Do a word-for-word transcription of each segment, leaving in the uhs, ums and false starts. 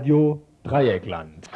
Radio Dreieckland.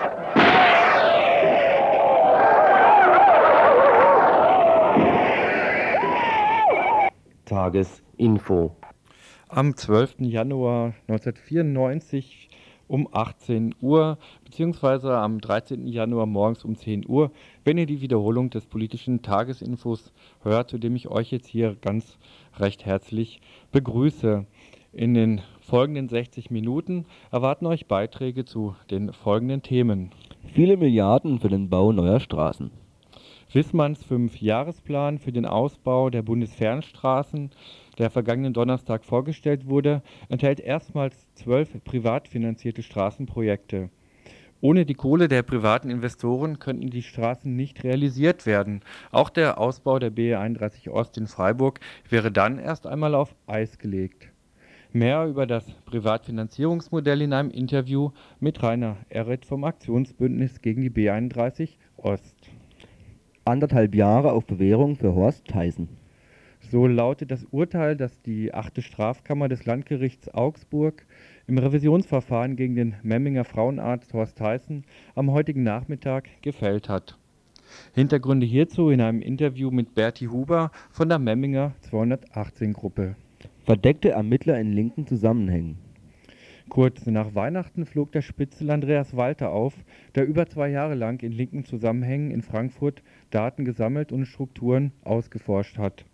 Tagesinfo. Am zwölften Januar neunzehnhundertvierundneunzig um achtzehn Uhr beziehungsweise am dreizehnten Januar morgens um zehn Uhr, wenn ihr die Wiederholung des politischen Tagesinfos hört, zu dem ich euch jetzt hier ganz recht herzlich begrüße. In den folgenden sechzig Minuten erwarten euch Beiträge zu den folgenden Themen. Viele Milliarden für den Bau neuer Straßen. Wissmanns Fünfjahresplan für den Ausbau der Bundesfernstraßen, der vergangenen Donnerstag vorgestellt wurde, enthält erstmals zwölf privat finanzierte Straßenprojekte. Ohne die Kohle der privaten Investoren könnten die Straßen nicht realisiert werden. Auch der Ausbau der B einunddreißig Ost in Freiburg wäre dann erst einmal auf Eis gelegt. Mehr über das Privatfinanzierungsmodell in einem Interview mit Rainer Erret vom Aktionsbündnis gegen die B einunddreißig Ost. Anderthalb Jahre auf Bewährung für Horst Theißen. So lautet das Urteil, das die achte Strafkammer des Landgerichts Augsburg im Revisionsverfahren gegen den Memminger Frauenarzt Horst Theißen am heutigen Nachmittag gefällt hat. Hintergründe hierzu in einem Interview mit Berti Huber von der Memminger zweihundertachtzehn-Gruppe. Verdeckte Ermittler in linken Zusammenhängen. Kurz nach Weihnachten flog der Spitzel Andreas Walter auf, der über zwei Jahre lang in linken Zusammenhängen in Frankfurt Daten gesammelt und Strukturen ausgeforscht hat.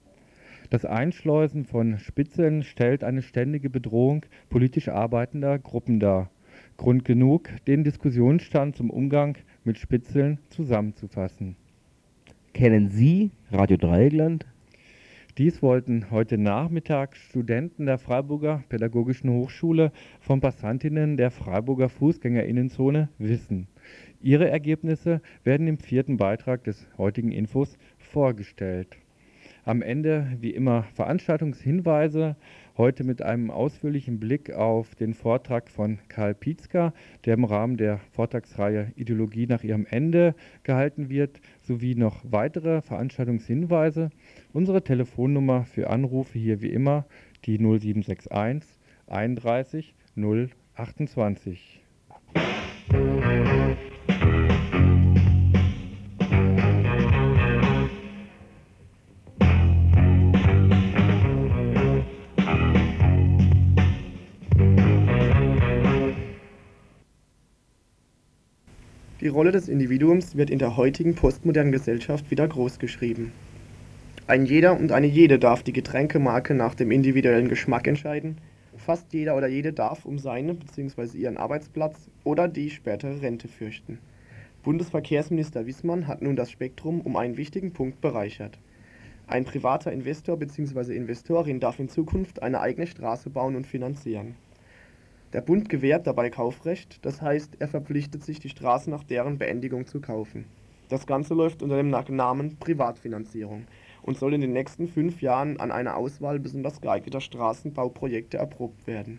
Das Einschleusen von Spitzeln stellt eine ständige Bedrohung politisch arbeitender Gruppen dar. Grund genug, den Diskussionsstand zum Umgang mit Spitzeln zusammenzufassen. Kennen Sie Radio Dreieckland? Dies wollten heute Nachmittag Studenten der Freiburger Pädagogischen Hochschule von Passantinnen der Freiburger Fußgängerinnenzone wissen. Ihre Ergebnisse werden im vierten Beitrag des heutigen Infos vorgestellt. Am Ende wie immer Veranstaltungshinweise, heute mit einem ausführlichen Blick auf den Vortrag von Karl Pietzka, der im Rahmen der Vortragsreihe Ideologie nach ihrem Ende gehalten wird, sowie noch weitere Veranstaltungshinweise. Unsere Telefonnummer für Anrufe hier wie immer die null sieben sechs eins einunddreißig null achtundzwanzig. Die Rolle des Individuums wird in der heutigen postmodernen Gesellschaft wieder großgeschrieben. Ein jeder und eine jede darf die Getränkemarke nach dem individuellen Geschmack entscheiden. Fast jeder oder jede darf um seine bzw. ihren Arbeitsplatz oder die spätere Rente fürchten. Bundesverkehrsminister Wissmann hat nun das Spektrum um einen wichtigen Punkt bereichert. Ein privater Investor bzw. Investorin darf in Zukunft eine eigene Straße bauen und finanzieren. Der Bund gewährt dabei Kaufrecht, das heißt, er verpflichtet sich, die Straße nach deren Beendigung zu kaufen. Das Ganze läuft unter dem Namen Privatfinanzierung und soll in den nächsten fünf Jahren an einer Auswahl besonders geeigneter Straßenbauprojekte erprobt werden.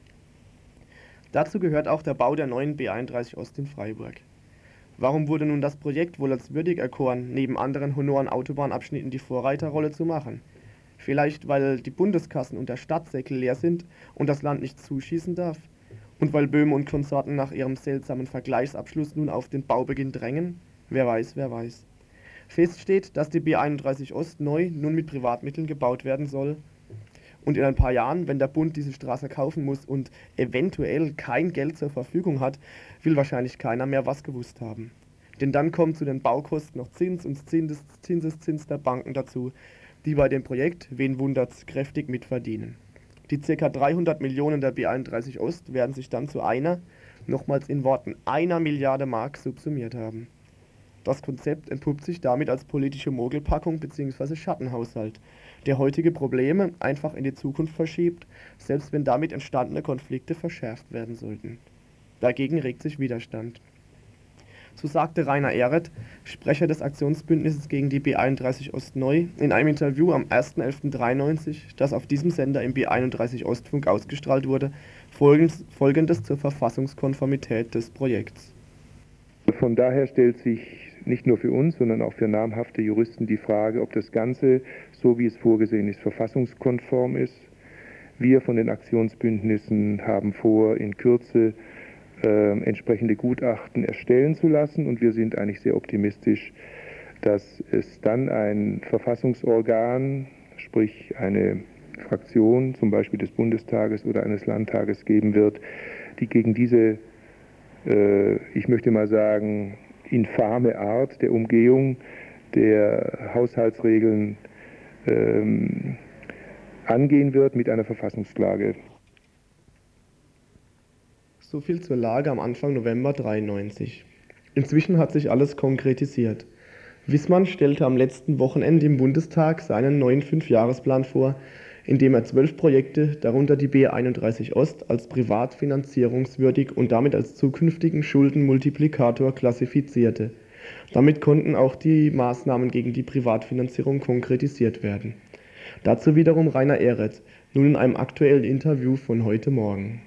Dazu gehört auch der Bau der neuen B einunddreißig Ost in Freiburg. Warum wurde nun das Projekt wohl als würdig erkoren, neben anderen honoren Autobahnabschnitten die Vorreiterrolle zu machen? Vielleicht, weil die Bundeskassen und der Stadtsäckel leer sind und das Land nicht zuschießen darf? Und weil Böhm und Konsorten nach ihrem seltsamen Vergleichsabschluss nun auf den Baubeginn drängen? Wer weiß, wer weiß. Fest steht, dass die B einunddreißig Ost neu nun mit Privatmitteln gebaut werden soll. Und in ein paar Jahren, wenn der Bund diese Straße kaufen muss und eventuell kein Geld zur Verfügung hat, will wahrscheinlich keiner mehr was gewusst haben. Denn dann kommt zu den Baukosten noch Zins und Zinseszins der Banken dazu, die bei dem Projekt, wen wundert's, kräftig mitverdienen. Die ca. dreihundert Millionen der B einunddreißig Ost werden sich dann zu einer, nochmals in Worten einer Milliarde Mark subsumiert haben. Das Konzept entpuppt sich damit als politische Mogelpackung bzw. Schattenhaushalt, der heutige Probleme einfach in die Zukunft verschiebt, selbst wenn damit entstandene Konflikte verschärft werden sollten. Dagegen regt sich Widerstand. So sagte Rainer Erret, Sprecher des Aktionsbündnisses gegen die B einunddreißig Ost neu, in einem Interview am ersten elften neunzehnhundertdreiundneunzig, das auf diesem Sender im B einunddreißig Ostfunk ausgestrahlt wurde, folgendes, folgendes zur Verfassungskonformität des Projekts. Von daher stellt sich nicht nur für uns, sondern auch für namhafte Juristen die Frage, ob das Ganze, so wie es vorgesehen ist, verfassungskonform ist. Wir von den Aktionsbündnissen haben vor, in Kürze äh, entsprechende Gutachten erstellen zu lassen. Und wir sind eigentlich sehr optimistisch, dass es dann ein Verfassungsorgan, sprich eine Fraktion, zum Beispiel des Bundestages oder eines Landtages geben wird, die gegen diese, äh, ich möchte mal sagen, infame Art der Umgehung der Haushaltsregeln ähm, angehen wird mit einer Verfassungsklage. So viel zur Lage am Anfang November dreiundneunzig. Inzwischen hat sich alles konkretisiert. Wissmann stellte am letzten Wochenende im Bundestag seinen neuen Fünfjahresplan vor, in dem er zwölf Projekte, darunter die B einunddreißig Ost, als privat finanzierungswürdig und damit als zukünftigen Schuldenmultiplikator klassifizierte. Damit konnten auch die Maßnahmen gegen die Privatfinanzierung konkretisiert werden. Dazu wiederum Rainer Ehret, nun in einem aktuellen Interview von heute Morgen.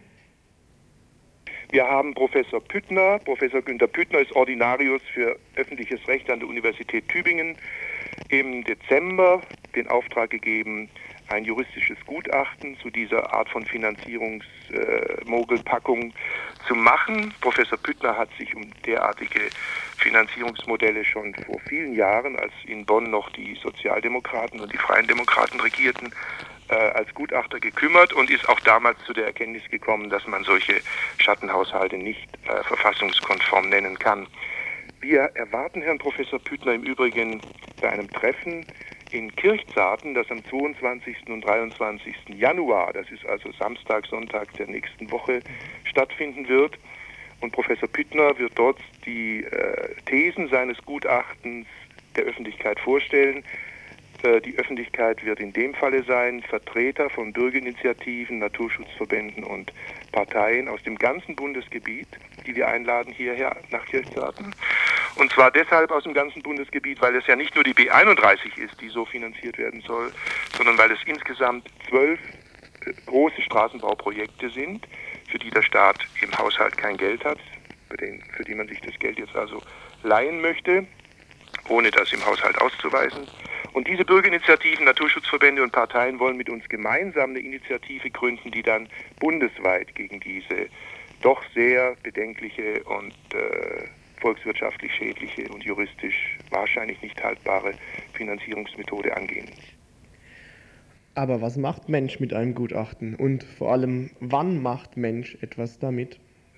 Wir haben Professor Püttner. Professor Günter Püttner ist Ordinarius für öffentliches Recht an der Universität Tübingen. Im Dezember den Auftrag gegeben, ein juristisches Gutachten zu dieser Art von Finanzierungsmogelpackung äh, zu machen. Professor Püttner hat sich um derartige Finanzierungsmodelle schon vor vielen Jahren, als in Bonn noch die Sozialdemokraten und die Freien Demokraten regierten, äh, als Gutachter gekümmert und ist auch damals zu der Erkenntnis gekommen, dass man solche Schattenhaushalte nicht äh, verfassungskonform nennen kann. Wir erwarten Herrn Professor Püttner im Übrigen bei einem Treffen in Kirchzarten, das am zweiundzwanzigsten und dreiundzwanzigsten Januar, das ist also Samstag, Sonntag der nächsten Woche, stattfinden wird. Und Professor Püttner wird dort die äh, Thesen seines Gutachtens der Öffentlichkeit vorstellen. Äh, die Öffentlichkeit wird in dem Falle sein Vertreter von Bürgerinitiativen, Naturschutzverbänden und Parteien aus dem ganzen Bundesgebiet, die wir einladen hierher nach Kirchzarten. Und zwar deshalb aus dem ganzen Bundesgebiet, weil es ja nicht nur die B einunddreißig ist, die so finanziert werden soll, sondern weil es insgesamt zwölf äh, große Straßenbauprojekte sind, für die der Staat im Haushalt kein Geld hat, für, den, für die man sich das Geld jetzt also leihen möchte, ohne das im Haushalt auszuweisen. Und diese Bürgerinitiativen, Naturschutzverbände und Parteien wollen mit uns gemeinsam eine Initiative gründen, die dann bundesweit gegen diese doch sehr bedenkliche und äh, volkswirtschaftlich schädliche und juristisch wahrscheinlich nicht haltbare Finanzierungsmethode angehen. Aber was macht Mensch mit einem Gutachten? Und vor allem, wann macht Mensch etwas damit?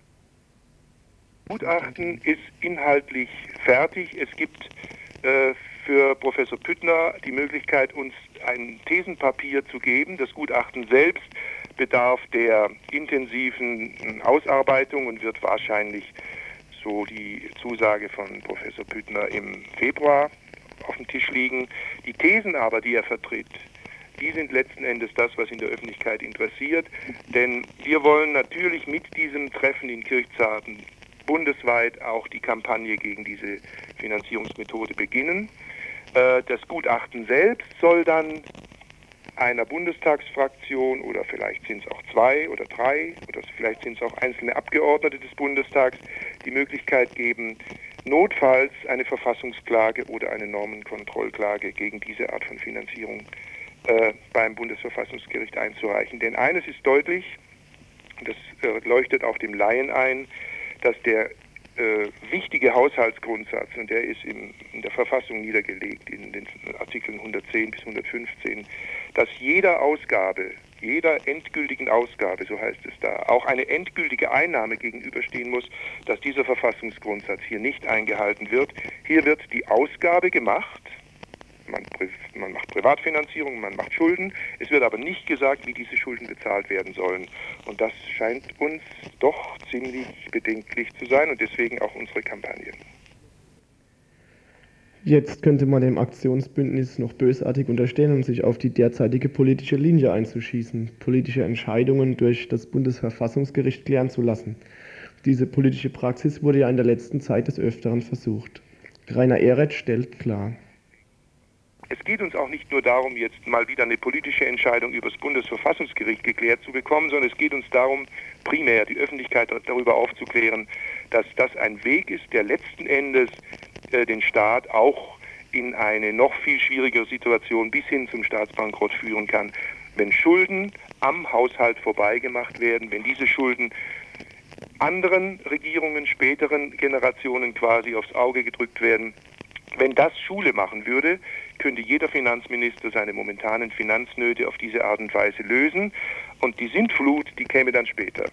Gutachten ist inhaltlich fertig. Es gibt äh, für Professor Püttner die Möglichkeit, uns ein Thesenpapier zu geben. Das Gutachten selbst bedarf der intensiven Ausarbeitung und wird wahrscheinlich, so die Zusage von Professor Püttner, im Februar auf dem Tisch liegen. Die Thesen aber, die er vertritt, die sind letzten Endes das, was in der Öffentlichkeit interessiert. Denn wir wollen natürlich mit diesem Treffen in Kirchzarten bundesweit auch die Kampagne gegen diese Finanzierungsmethode beginnen. Das Gutachten selbst soll dann einer Bundestagsfraktion oder vielleicht sind es auch zwei oder drei oder vielleicht sind es auch einzelne Abgeordnete des Bundestags die Möglichkeit geben, notfalls eine Verfassungsklage oder eine Normenkontrollklage gegen diese Art von Finanzierung äh, beim Bundesverfassungsgericht einzureichen. Denn eines ist deutlich, das äh, leuchtet auch dem Laien ein, dass der äh, wichtige Haushaltsgrundsatz, und der ist im, in der Verfassung niedergelegt, in den Artikeln hundertzehn bis hundertfünfzehn, dass jeder Ausgabe, jeder endgültigen Ausgabe, so heißt es da, auch eine endgültige Einnahme gegenüberstehen muss, dass dieser Verfassungsgrundsatz hier nicht eingehalten wird. Hier wird die Ausgabe gemacht, man, man macht Privatfinanzierung, man macht Schulden, es wird aber nicht gesagt, wie diese Schulden bezahlt werden sollen. Und das scheint uns doch ziemlich bedenklich zu sein und deswegen auch unsere Kampagne. Jetzt könnte man dem Aktionsbündnis noch bösartig unterstellen und sich auf die derzeitige politische Linie einzuschießen, politische Entscheidungen durch das Bundesverfassungsgericht klären zu lassen. Diese politische Praxis wurde ja in der letzten Zeit des Öfteren versucht. Rainer Ehret stellt klar: Es geht uns auch nicht nur darum, jetzt mal wieder eine politische Entscheidung über das Bundesverfassungsgericht geklärt zu bekommen, sondern es geht uns darum, primär die Öffentlichkeit darüber aufzuklären, dass das ein Weg ist, der letzten Endes äh, den Staat auch in eine noch viel schwierigere Situation bis hin zum Staatsbankrott führen kann, wenn Schulden am Haushalt vorbeigemacht werden, wenn diese Schulden anderen Regierungen, späteren Generationen quasi aufs Auge gedrückt werden. Wenn das Schule machen würde, könnte jeder Finanzminister seine momentanen Finanznöte auf diese Art und Weise lösen und die Sintflut, die käme dann später.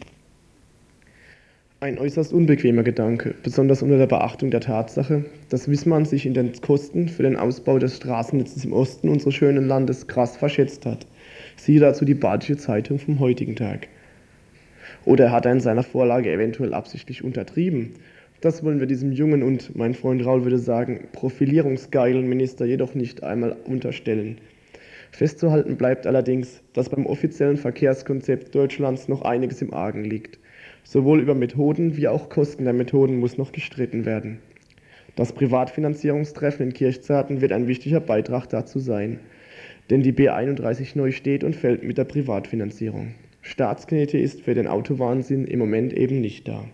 Ein äußerst unbequemer Gedanke, besonders unter der Beachtung der Tatsache, dass Wissmann sich in den Kosten für den Ausbau des Straßennetzes im Osten unseres schönen Landes krass verschätzt hat. Siehe dazu die Badische Zeitung vom heutigen Tag. Oder er hat er in seiner Vorlage eventuell absichtlich untertrieben. Das wollen wir diesem jungen und, mein Freund Raul würde sagen, profilierungsgeilen Minister jedoch nicht einmal unterstellen. Festzuhalten bleibt allerdings, dass beim offiziellen Verkehrskonzept Deutschlands noch einiges im Argen liegt. Sowohl über Methoden wie auch Kosten der Methoden muss noch gestritten werden. Das Privatfinanzierungstreffen in Kirchzarten wird ein wichtiger Beitrag dazu sein. Denn die B einunddreißig neu steht und fällt mit der Privatfinanzierung. Staatsknete ist für den Autowahnsinn im Moment eben nicht da.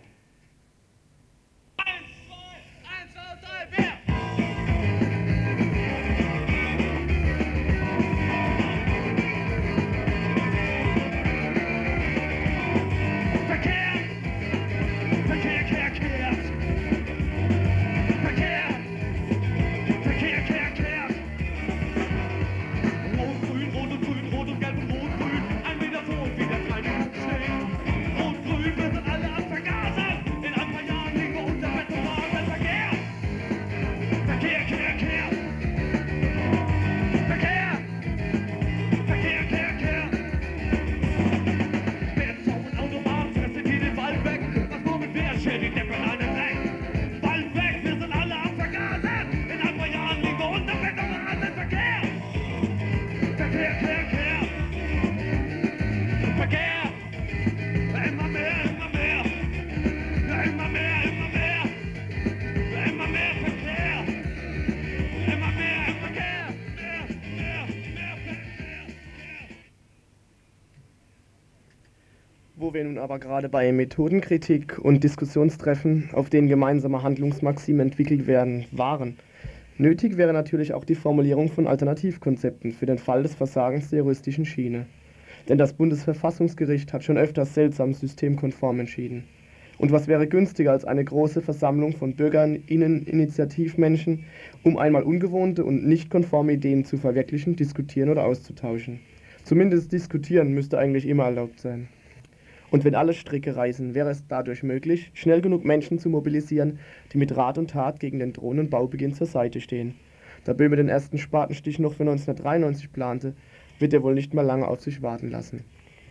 Wo wir nun aber gerade bei Methodenkritik und Diskussionstreffen, auf denen gemeinsame Handlungsmaximen entwickelt werden, waren. Nötig wäre natürlich auch die Formulierung von Alternativkonzepten für den Fall des Versagens der juristischen Schiene. Denn das Bundesverfassungsgericht hat schon öfters seltsam systemkonform entschieden. Und was wäre günstiger als eine große Versammlung von BürgerInnen, Initiativmenschen, um einmal ungewohnte und nicht konforme Ideen zu verwirklichen, diskutieren oder auszutauschen. Zumindest diskutieren müsste eigentlich immer erlaubt sein. Und wenn alle Stricke reißen, wäre es dadurch möglich, schnell genug Menschen zu mobilisieren, die mit Rat und Tat gegen den drohenden Baubeginn zur Seite stehen. Da Böhme den ersten Spatenstich noch für neunzehnhundertdreiundneunzig plante, wird er wohl nicht mehr lange auf sich warten lassen.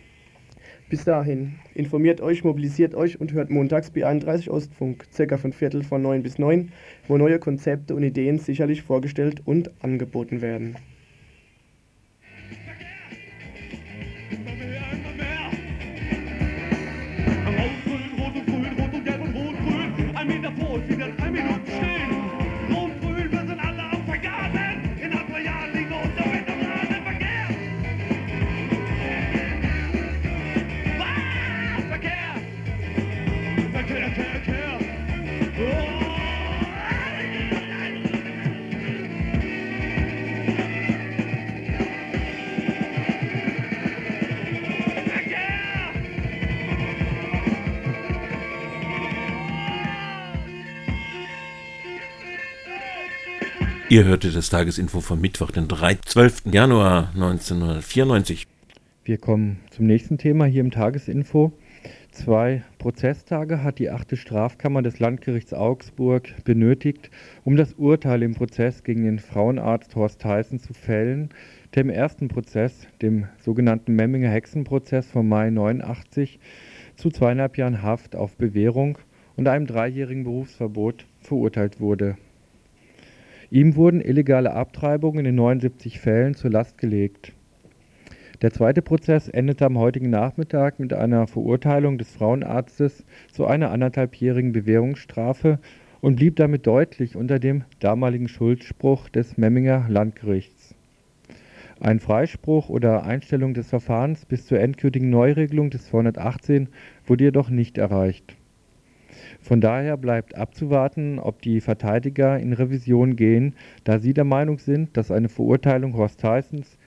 Bis dahin, informiert euch, mobilisiert euch und hört montags B einunddreißig Ostfunk, circa von Viertel von neun bis neun, wo neue Konzepte und Ideen sicherlich vorgestellt und angeboten werden. Ihr hörtet das Tagesinfo vom Mittwoch, den zwölften Januar neunzehnhundertvierundneunzig. Wir kommen zum nächsten Thema hier im Tagesinfo. Zwei Prozesstage hat die achte Strafkammer des Landgerichts Augsburg benötigt, um das Urteil im Prozess gegen den Frauenarzt Horst Heysen zu fällen, der im ersten Prozess, dem sogenannten Memminger Hexenprozess vom Mai neunundachtzig, zu zweieinhalb Jahren Haft auf Bewährung und einem dreijährigen Berufsverbot verurteilt wurde. Ihm wurden illegale Abtreibungen in neunundsiebzig Fällen zur Last gelegt. Der zweite Prozess endete am heutigen Nachmittag mit einer Verurteilung des Frauenarztes zu einer anderthalbjährigen Bewährungsstrafe und blieb damit deutlich unter dem damaligen Schuldspruch des Memminger Landgerichts. Ein Freispruch oder Einstellung des Verfahrens bis zur endgültigen Neuregelung des zweihundertachtzehn wurde jedoch nicht erreicht. Von daher bleibt abzuwarten, ob die Verteidiger in Revision gehen, da sie der Meinung sind, dass eine Verurteilung Horst Heysens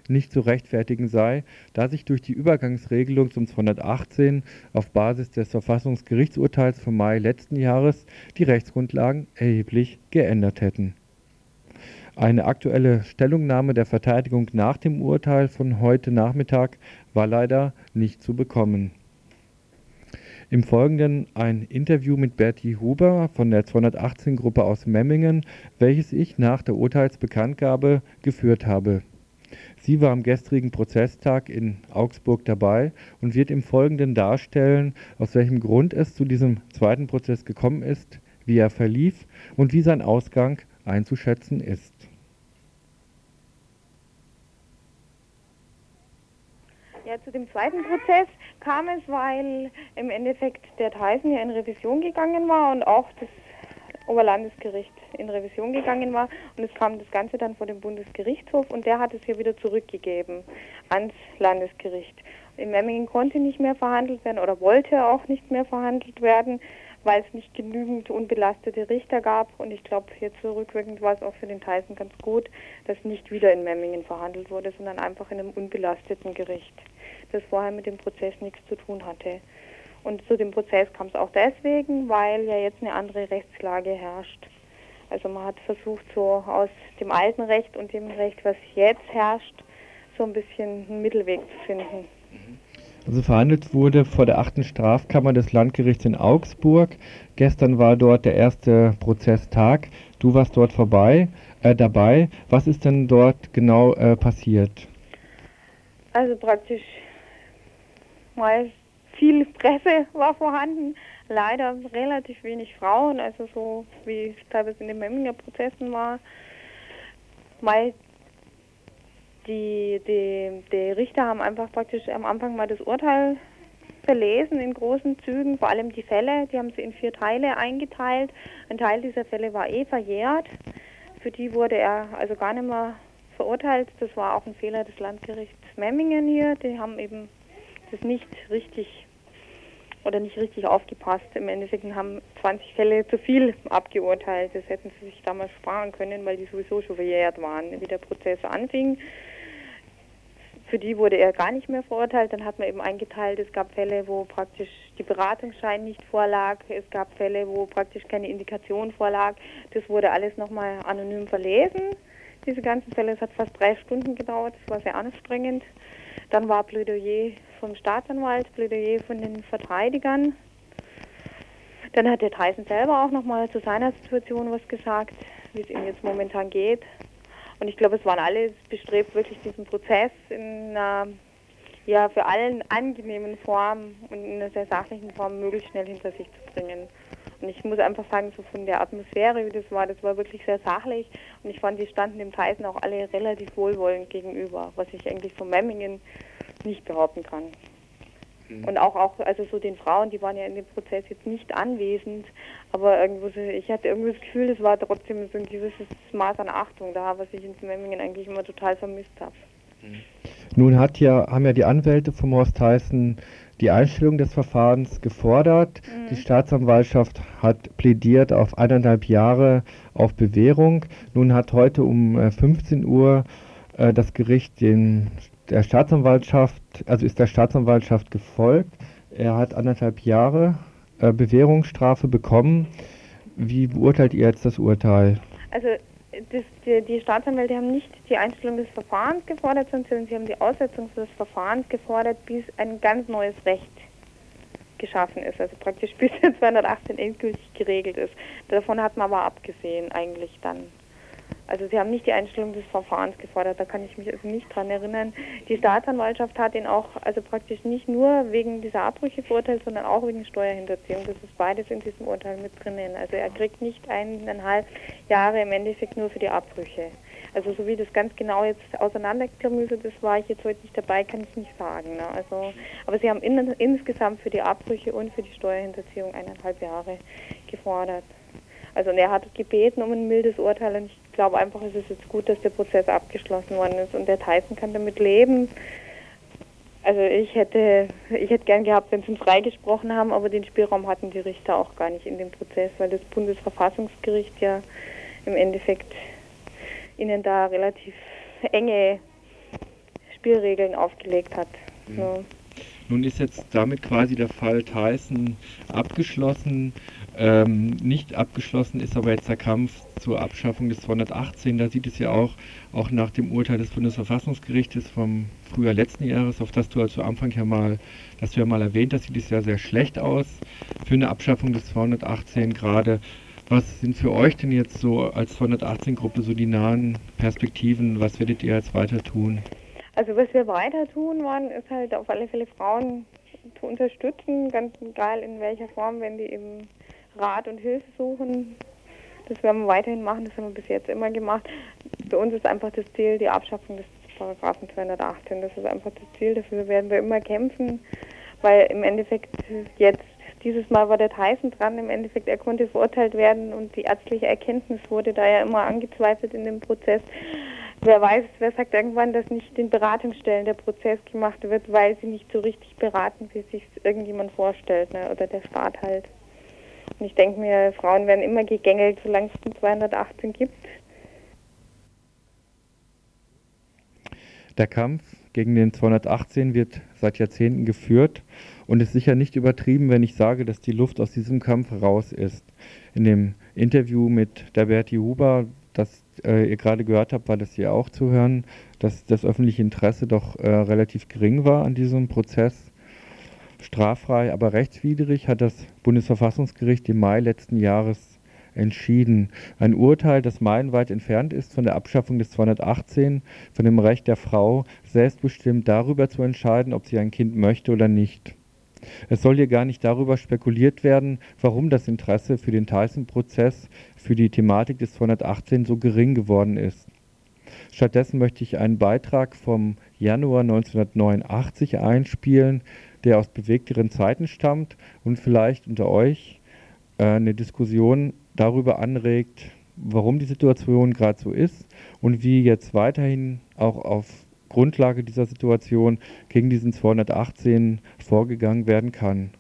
nicht zu rechtfertigen sei, da sich durch die Übergangsregelung zum zweihundertachtzehn auf Basis des Verfassungsgerichtsurteils vom Mai letzten Jahres die Rechtsgrundlagen erheblich geändert hätten. Eine aktuelle Stellungnahme der Verteidigung nach dem Urteil von heute Nachmittag war leider nicht zu bekommen. Im Folgenden ein Interview mit Berti Huber von der zweihundertachtzehn-Gruppe aus Memmingen, welches ich nach der Urteilsbekanntgabe geführt habe. Sie war am gestrigen Prozesstag in Augsburg dabei und wird im Folgenden darstellen, aus welchem Grund es zu diesem zweiten Prozess gekommen ist, wie er verlief und wie sein Ausgang einzuschätzen ist. Ja, zu dem zweiten Prozess kam es, weil im Endeffekt der Theisen ja in Revision gegangen war und auch das Oberlandesgericht in Revision gegangen war. Und es kam das Ganze dann vor dem Bundesgerichtshof und der hat es hier wieder zurückgegeben ans Landesgericht. In Memmingen konnte nicht mehr verhandelt werden oder wollte auch nicht mehr verhandelt werden, weil es nicht genügend unbelastete Richter gab. Und ich glaube, jetzt so rückwirkend war es auch für den Theisen ganz gut, dass nicht wieder in Memmingen verhandelt wurde, sondern einfach in einem unbelasteten Gericht, das vorher mit dem Prozess nichts zu tun hatte. Und zu dem Prozess kam es auch deswegen, weil ja jetzt eine andere Rechtslage herrscht. Also man hat versucht, so aus dem alten Recht und dem Recht, was jetzt herrscht, so ein bisschen einen Mittelweg zu finden. Also verhandelt wurde vor der achten Strafkammer des Landgerichts in Augsburg. Gestern war dort der erste Prozesstag. Du warst dort vorbei, äh, dabei. Was ist denn dort genau äh, passiert? Also praktisch mal viel Presse war vorhanden, leider relativ wenig Frauen, also so wie es teilweise in den Memminger Prozessen war. Mal die, die, die Richter haben einfach praktisch am Anfang mal das Urteil verlesen in großen Zügen, vor allem die Fälle, die haben sie in vier Teile eingeteilt. Ein Teil dieser Fälle war eh verjährt, für die wurde er also gar nicht mehr verurteilt. Das war auch ein Fehler des Landgerichts Memmingen hier, die haben eben das nicht richtig oder nicht richtig aufgepasst. Im Endeffekt haben zwanzig Fälle zu viel abgeurteilt. Das hätten sie sich damals sparen können, weil die sowieso schon verjährt waren, wie der Prozess anfing. Für die wurde er gar nicht mehr verurteilt. Dann hat man eben eingeteilt, es gab Fälle, wo praktisch die Beratungsschein nicht vorlag. Es gab Fälle, wo praktisch keine Indikation vorlag. Das wurde alles nochmal anonym verlesen. Diese ganzen Fälle, es hat fast drei Stunden gedauert. Das war sehr anstrengend. Dann war Plädoyer vom Staatsanwalt, Plädoyer von den Verteidigern. Dann hat der Theisen selber auch nochmal zu seiner Situation was gesagt, wie es ihm jetzt momentan geht. Und ich glaube, es waren alle bestrebt, wirklich diesen Prozess in einer ja, für allen angenehmen Form und in einer sehr sachlichen Form möglichst schnell hinter sich zu bringen. Und ich muss einfach sagen, so von der Atmosphäre, wie das war, das war wirklich sehr sachlich. Und ich fand, die standen dem Theisen auch alle relativ wohlwollend gegenüber, was ich eigentlich von Memmingen nicht behaupten kann. Mhm. Und auch, auch, also so den Frauen, die waren ja in dem Prozess jetzt nicht anwesend, aber irgendwo so, ich hatte irgendwie das Gefühl, es war trotzdem so ein gewisses Maß an Achtung da, was ich in Memmingen eigentlich immer total vermisst habe. Mhm. Nun hat ja, haben ja die Anwälte vom Horst Theisen die Einstellung des Verfahrens gefordert. Mhm. Die Staatsanwaltschaft hat plädiert auf eineinhalb Jahre auf Bewährung. Nun hat heute um äh, fünfzehn Uhr äh, das Gericht den, der Staatsanwaltschaft, also ist der Staatsanwaltschaft gefolgt. Er hat anderthalb Jahre äh, Bewährungsstrafe bekommen. Wie beurteilt ihr jetzt das Urteil? Also das, die, die Staatsanwälte haben nicht die Einstellung des Verfahrens gefordert, sondern sie haben die Aussetzung des Verfahrens gefordert, bis ein ganz neues Recht geschaffen ist. Also praktisch bis zweihundertachtzehn endgültig geregelt ist. Davon hat man aber abgesehen eigentlich dann. Also sie haben nicht die Einstellung des Verfahrens gefordert, da kann ich mich also nicht dran erinnern. Die Staatsanwaltschaft hat ihn auch also praktisch nicht nur wegen dieser Abbrüche verurteilt, sondern auch wegen Steuerhinterziehung. Das ist beides in diesem Urteil mit drinnen. Also er kriegt nicht eineinhalb Jahre im Endeffekt nur für die Abbrüche. Also so wie das ganz genau jetzt auseinanderklamüsert ist, war ich jetzt heute nicht dabei, kann ich nicht sagen. Ne? Also, aber sie haben in, insgesamt für die Abbrüche und für die Steuerhinterziehung eineinhalb Jahre gefordert. Also und er hat gebeten um ein mildes Urteil und ich glaube einfach, es ist jetzt gut, dass der Prozess abgeschlossen worden ist und der Theisen kann damit leben. Also ich hätte, ich hätte gern gehabt, wenn sie ihn freigesprochen haben, aber den Spielraum hatten die Richter auch gar nicht in dem Prozess, weil das Bundesverfassungsgericht ja im Endeffekt ihnen da relativ enge Spielregeln aufgelegt hat. Mhm. Ja. Nun ist jetzt damit quasi der Fall Tyson abgeschlossen. Ähm, nicht abgeschlossen ist aber jetzt der Kampf zur Abschaffung des zweihundertachtzehn. Da sieht es ja auch, auch nach dem Urteil des Bundesverfassungsgerichtes vom Frühjahr letzten Jahres, auf das du also am Anfang ja mal, das du ja mal erwähnt hast, sieht es ja sehr schlecht aus für eine Abschaffung des zweihundertachtzehn gerade. Was sind für euch denn jetzt so als zweihundertachtzehn-Gruppe so die nahen Perspektiven? Was werdet ihr jetzt weiter tun? Also was wir weiter tun wollen, ist halt auf alle Fälle Frauen zu unterstützen, ganz egal in welcher Form, wenn die eben Rat und Hilfe suchen. Das werden wir weiterhin machen, das haben wir bis jetzt immer gemacht. Für uns ist einfach das Ziel die Abschaffung des Paragraphen zweihundertachtzehn. Das ist einfach das Ziel, dafür werden wir immer kämpfen, weil im Endeffekt jetzt, dieses Mal war der Tyson dran, im Endeffekt er konnte verurteilt werden und die ärztliche Erkenntnis wurde da ja immer angezweifelt in dem Prozess. Wer weiß, wer sagt irgendwann, dass nicht den Beratungsstellen der Prozess gemacht wird, weil sie nicht so richtig beraten, wie sich irgendjemand vorstellt, ne? Oder der Staat halt. Und ich denke mir, Frauen werden immer gegängelt, solange es den zweihundertachtzehn gibt. Der Kampf gegen den zweihundertachtzehn wird seit Jahrzehnten geführt und ist sicher nicht übertrieben, wenn ich sage, dass die Luft aus diesem Kampf raus ist. In dem Interview mit der Berti Huber, das äh, ihr gerade gehört habt, war das hier auch zu hören, dass das öffentliche Interesse doch äh, relativ gering war an diesem Prozess. Straffrei, aber rechtswidrig hat das Bundesverfassungsgericht im Mai letzten Jahres entschieden. Ein Urteil, das meilenweit entfernt ist von der Abschaffung des zweihundertachtzehn, von dem Recht der Frau, selbstbestimmt darüber zu entscheiden, ob sie ein Kind möchte oder nicht. Es soll hier gar nicht darüber spekuliert werden, warum das Interesse für den Tyson-Prozess, für die Thematik des zweihundertachtzehn so gering geworden ist. Stattdessen möchte ich einen Beitrag vom Januar neunzehnhundertneunundachtzig einspielen, der aus bewegteren Zeiten stammt und vielleicht unter euch äh, eine Diskussion darüber anregt, warum die Situation gerade so ist und wie jetzt weiterhin auch auf Grundlage dieser Situation gegen diesen zweihundertachtzehn vorgegangen werden kann.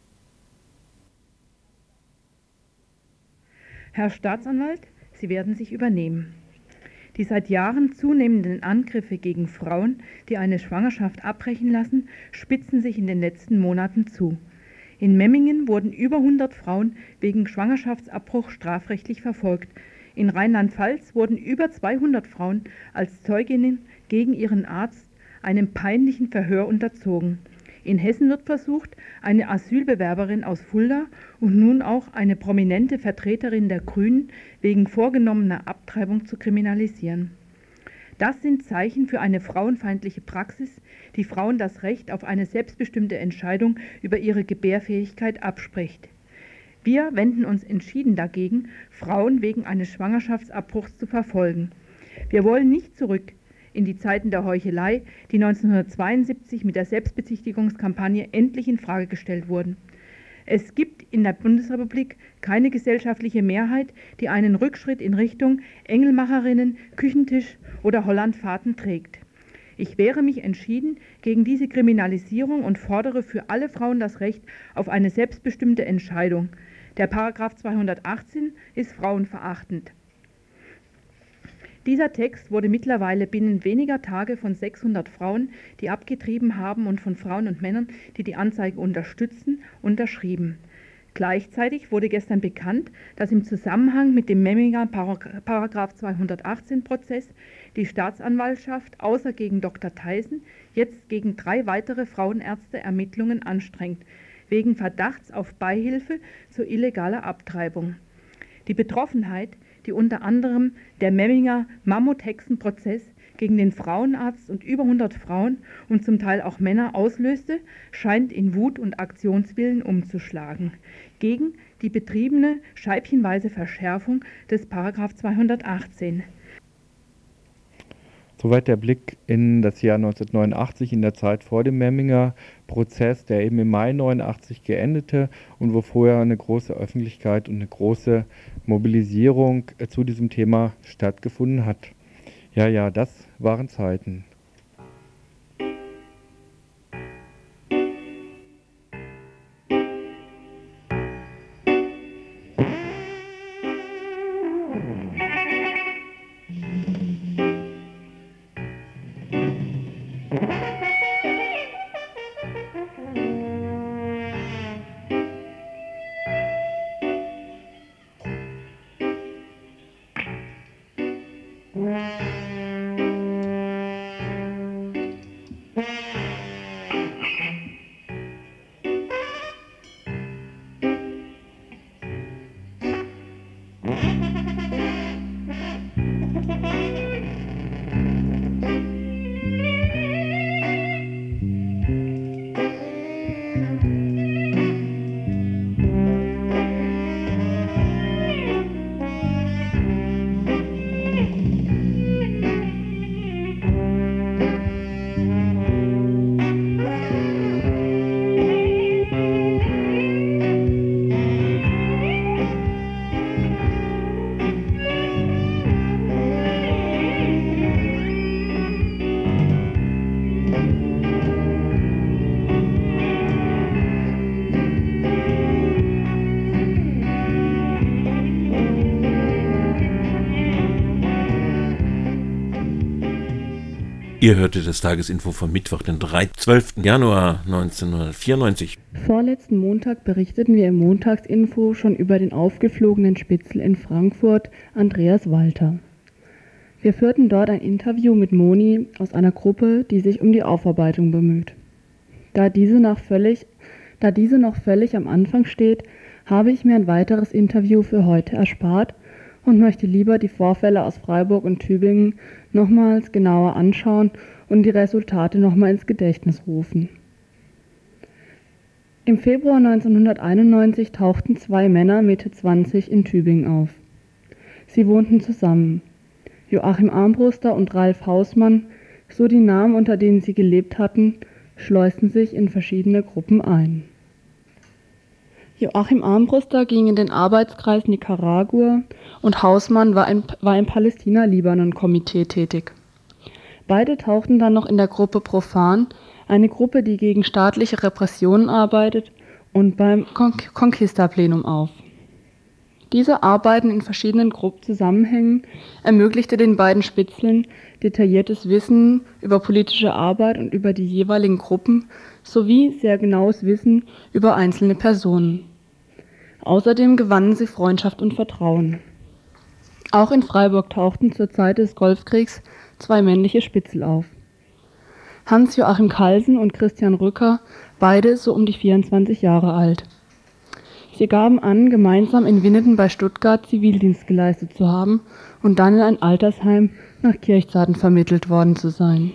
Herr Staatsanwalt, Sie werden sich übernehmen. Die seit Jahren zunehmenden Angriffe gegen Frauen, die eine Schwangerschaft abbrechen lassen, spitzen sich in den letzten Monaten zu. In Memmingen wurden über hundert Frauen wegen Schwangerschaftsabbruch strafrechtlich verfolgt. In Rheinland-Pfalz wurden über zweihundert Frauen als Zeuginnen gegen ihren Arzt einem peinlichen Verhör unterzogen. In Hessen wird versucht, eine Asylbewerberin aus Fulda und nun auch eine prominente Vertreterin der Grünen wegen vorgenommener Abtreibung zu kriminalisieren. Das sind Zeichen für eine frauenfeindliche Praxis, die Frauen das Recht auf eine selbstbestimmte Entscheidung über ihre Gebärfähigkeit abspricht. Wir wenden uns entschieden dagegen, Frauen wegen eines Schwangerschaftsabbruchs zu verfolgen. Wir wollen nicht zurück in die Zeiten der Heuchelei, die neunzehnhundertzweiundsiebzig mit der Selbstbezichtigungskampagne endlich in Frage gestellt wurden. Es gibt in der Bundesrepublik keine gesellschaftliche Mehrheit, die einen Rückschritt in Richtung Engelmacherinnen, Küchentisch oder Hollandfahrten trägt. Ich wehre mich entschieden gegen diese Kriminalisierung und fordere für alle Frauen das Recht auf eine selbstbestimmte Entscheidung. Der Paragraph zweihundertachtzehn ist frauenverachtend. Dieser Text wurde mittlerweile binnen weniger Tage von sechshundert Frauen, die abgetrieben haben, und von Frauen und Männern, die die Anzeige unterstützen, unterschrieben. Gleichzeitig wurde gestern bekannt, dass im Zusammenhang mit dem Memminger Paragraph zweihundertachtzehn-Prozess die Staatsanwaltschaft außer gegen Doktor Tyson jetzt gegen drei weitere Frauenärzte Ermittlungen anstrengt, wegen Verdachts auf Beihilfe zu illegaler Abtreibung. Die Betroffenheit, die unter anderem der Memminger Mammut-Hexenprozess gegen den Frauenarzt und über hundert Frauen und zum Teil auch Männer auslöste, scheint in Wut und Aktionswillen umzuschlagen gegen die betriebene scheibchenweise Verschärfung des Paragraph zweihundertachtzehn. Soweit der Blick in das Jahr neunzehnhundertneunundachtzig, in der Zeit vor dem Memminger Prozess, der eben im Mai neunundachtzig geendete und wo vorher eine große Öffentlichkeit und eine große Mobilisierung zu diesem Thema stattgefunden hat. Ja, ja, das waren Zeiten. Ihr hörtet das Tagesinfo vom Mittwoch, den zwölften Januar neunzehnhundertvierundneunzig. Vorletzten Montag berichteten wir im Montagsinfo schon über den aufgeflogenen Spitzel in Frankfurt, Andreas Walter. Wir führten dort ein Interview mit Moni aus einer Gruppe, die sich um die Aufarbeitung bemüht. Da diese, noch völlig, da diese noch völlig am Anfang steht, habe ich mir ein weiteres Interview für heute erspart und möchte lieber die Vorfälle aus Freiburg und Tübingen nochmals genauer anschauen und die Resultate nochmal ins Gedächtnis rufen. Im Februar neunzehnhunderteinundneunzig tauchten zwei Männer Mitte zwanzig in Tübingen auf. Sie wohnten zusammen. Joachim Armbruster und Ralf Hausmann, so die Namen, unter denen sie gelebt hatten, schleusten sich in verschiedene Gruppen ein. Joachim Armbruster ging in den Arbeitskreis Nicaragua und Hausmann war im, war im Palästina-Libanon-Komitee tätig. Beide tauchten dann noch in der Gruppe Profan, eine Gruppe, die gegen staatliche Repressionen arbeitet, und beim Con- Conquista-Plenum auf. Diese Arbeiten in verschiedenen Gruppenzusammenhängen ermöglichte den beiden Spitzeln detailliertes Wissen über politische Arbeit und über die jeweiligen Gruppen sowie sehr genaues Wissen über einzelne Personen. Außerdem gewannen sie Freundschaft und Vertrauen. Auch in Freiburg tauchten zur Zeit des Golfkriegs zwei männliche Spitzel auf. Hans-Joachim Kalsen und Christian Rücker, beide so um die vierundzwanzig Jahre alt. Sie gaben an, gemeinsam in Winneden bei Stuttgart Zivildienst geleistet zu haben und dann in ein Altersheim nach Kirchzarten vermittelt worden zu sein.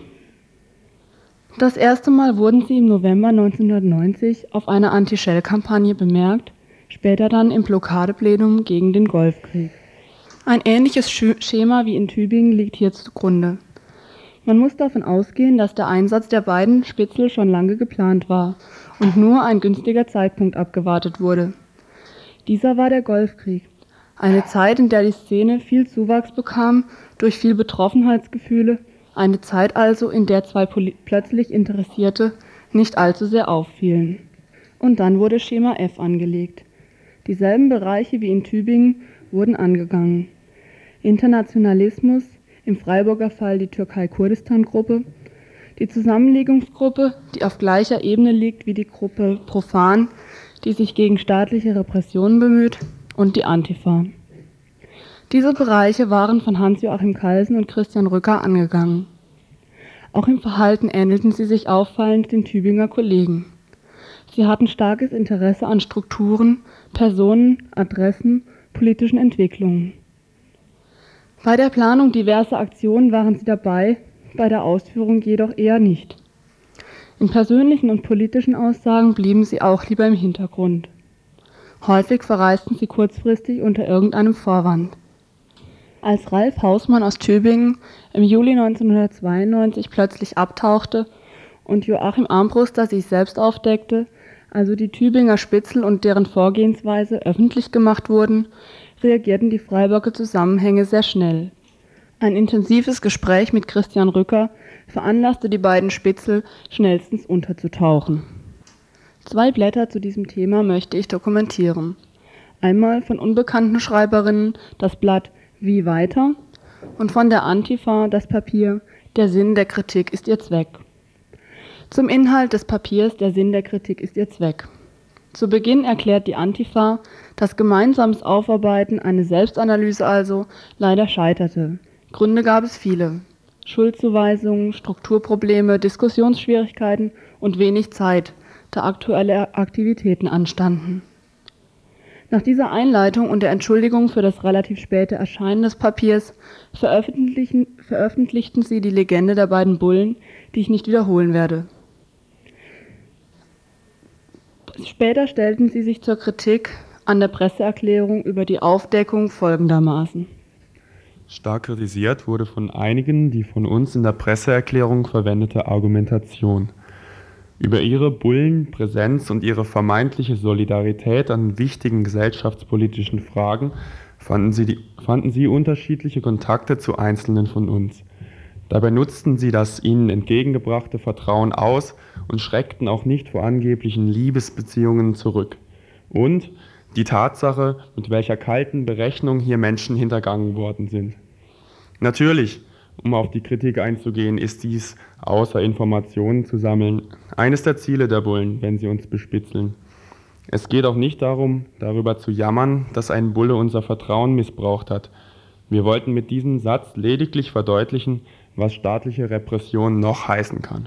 Das erste Mal wurden sie im November neunzehnhundertneunzig auf einer Anti-Shell-Kampagne bemerkt, später dann im Blockadeplenum gegen den Golfkrieg. Ein ähnliches Schema wie in Tübingen liegt hier zugrunde. Man muss davon ausgehen, dass der Einsatz der beiden Spitzel schon lange geplant war und nur ein günstiger Zeitpunkt abgewartet wurde. Dieser war der Golfkrieg, eine Zeit, in der die Szene viel Zuwachs bekam durch viel Betroffenheitsgefühle, eine Zeit also, in der zwei plötzlich Interessierte nicht allzu sehr auffielen. Und dann wurde Schema F angelegt. Dieselben Bereiche wie in Tübingen wurden angegangen. Internationalismus, im Freiburger Fall die Türkei-Kurdistan-Gruppe, die Zusammenlegungsgruppe, die auf gleicher Ebene liegt wie die Gruppe Profan, die sich gegen staatliche Repressionen bemüht, und die Antifa. Diese Bereiche waren von Hans-Joachim Kalsen und Christian Rücker angegangen. Auch im Verhalten ähnelten sie sich auffallend den Tübinger Kollegen. Sie hatten starkes Interesse an Strukturen, Personen, Adressen, politischen Entwicklungen. Bei der Planung diverser Aktionen waren sie dabei, bei der Ausführung jedoch eher nicht. In persönlichen und politischen Aussagen blieben sie auch lieber im Hintergrund. Häufig verreisten sie kurzfristig unter irgendeinem Vorwand. Als Ralf Hausmann aus Tübingen im Juli neunzehnhundertzweiundneunzig plötzlich abtauchte und Joachim Armbruster sich selbst aufdeckte, also die Tübinger Spitzel und deren Vorgehensweise öffentlich gemacht wurden, reagierten die Freiburger Zusammenhänge sehr schnell. Ein intensives Gespräch mit Christian Rücker veranlasste die beiden Spitzel, schnellstens unterzutauchen. Zwei Blätter zu diesem Thema möchte ich dokumentieren. Einmal von unbekannten Schreiberinnen das Blatt Wie weiter und von der Antifa das Papier Der Sinn der Kritik ist ihr Zweck. Zum Inhalt des Papiers Der Sinn der Kritik ist ihr Zweck. Zu Beginn erklärt die Antifa, dass gemeinsames Aufarbeiten, eine Selbstanalyse also, leider scheiterte. Gründe gab es viele. Schuldzuweisungen, Strukturprobleme, Diskussionsschwierigkeiten und wenig Zeit, da aktuelle Aktivitäten anstanden. Nach dieser Einleitung und der Entschuldigung für das relativ späte Erscheinen des Papiers veröffentlichen, veröffentlichten sie die Legende der beiden Bullen, die ich nicht wiederholen werde. Später stellten sie sich zur Kritik an der Presseerklärung über die Aufdeckung folgendermaßen. Stark kritisiert wurde von einigen die von uns in der Presseerklärung verwendete Argumentation. Über ihre Bullenpräsenz und ihre vermeintliche Solidarität an wichtigen gesellschaftspolitischen Fragen fanden sie, die, fanden sie unterschiedliche Kontakte zu Einzelnen von uns. Dabei nutzten sie das ihnen entgegengebrachte Vertrauen aus und schreckten auch nicht vor angeblichen Liebesbeziehungen zurück. Und die Tatsache, mit welcher kalten Berechnung hier Menschen hintergangen worden sind. Natürlich, um auf die Kritik einzugehen, ist dies, außer Informationen zu sammeln, eines der Ziele der Bullen, wenn sie uns bespitzeln. Es geht auch nicht darum, darüber zu jammern, dass ein Bulle unser Vertrauen missbraucht hat. Wir wollten mit diesem Satz lediglich verdeutlichen, was staatliche Repression noch heißen kann.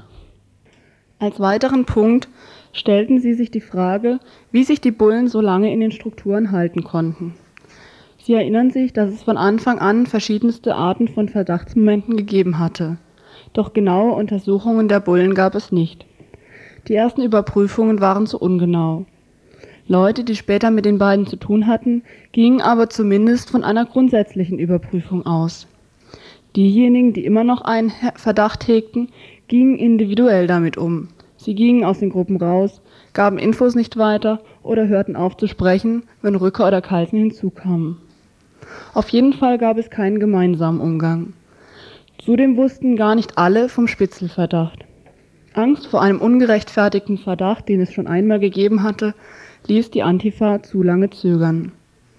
Als weiteren Punkt stellten sie sich die Frage, wie sich die Bullen so lange in den Strukturen halten konnten. Sie erinnern sich, dass es von Anfang an verschiedenste Arten von Verdachtsmomenten gegeben hatte. Doch genaue Untersuchungen der Bullen gab es nicht. Die ersten Überprüfungen waren zu ungenau. Leute, die später mit den beiden zu tun hatten, gingen aber zumindest von einer grundsätzlichen Überprüfung aus. Diejenigen, die immer noch einen Verdacht hegten, gingen individuell damit um. Sie gingen aus den Gruppen raus, gaben Infos nicht weiter oder hörten auf zu sprechen, wenn Rücker oder Kalten hinzukamen. Auf jeden Fall gab es keinen gemeinsamen Umgang. Zudem wussten gar nicht alle vom Spitzelverdacht. Angst vor einem ungerechtfertigten Verdacht, den es schon einmal gegeben hatte, ließ die Antifa zu lange zögern.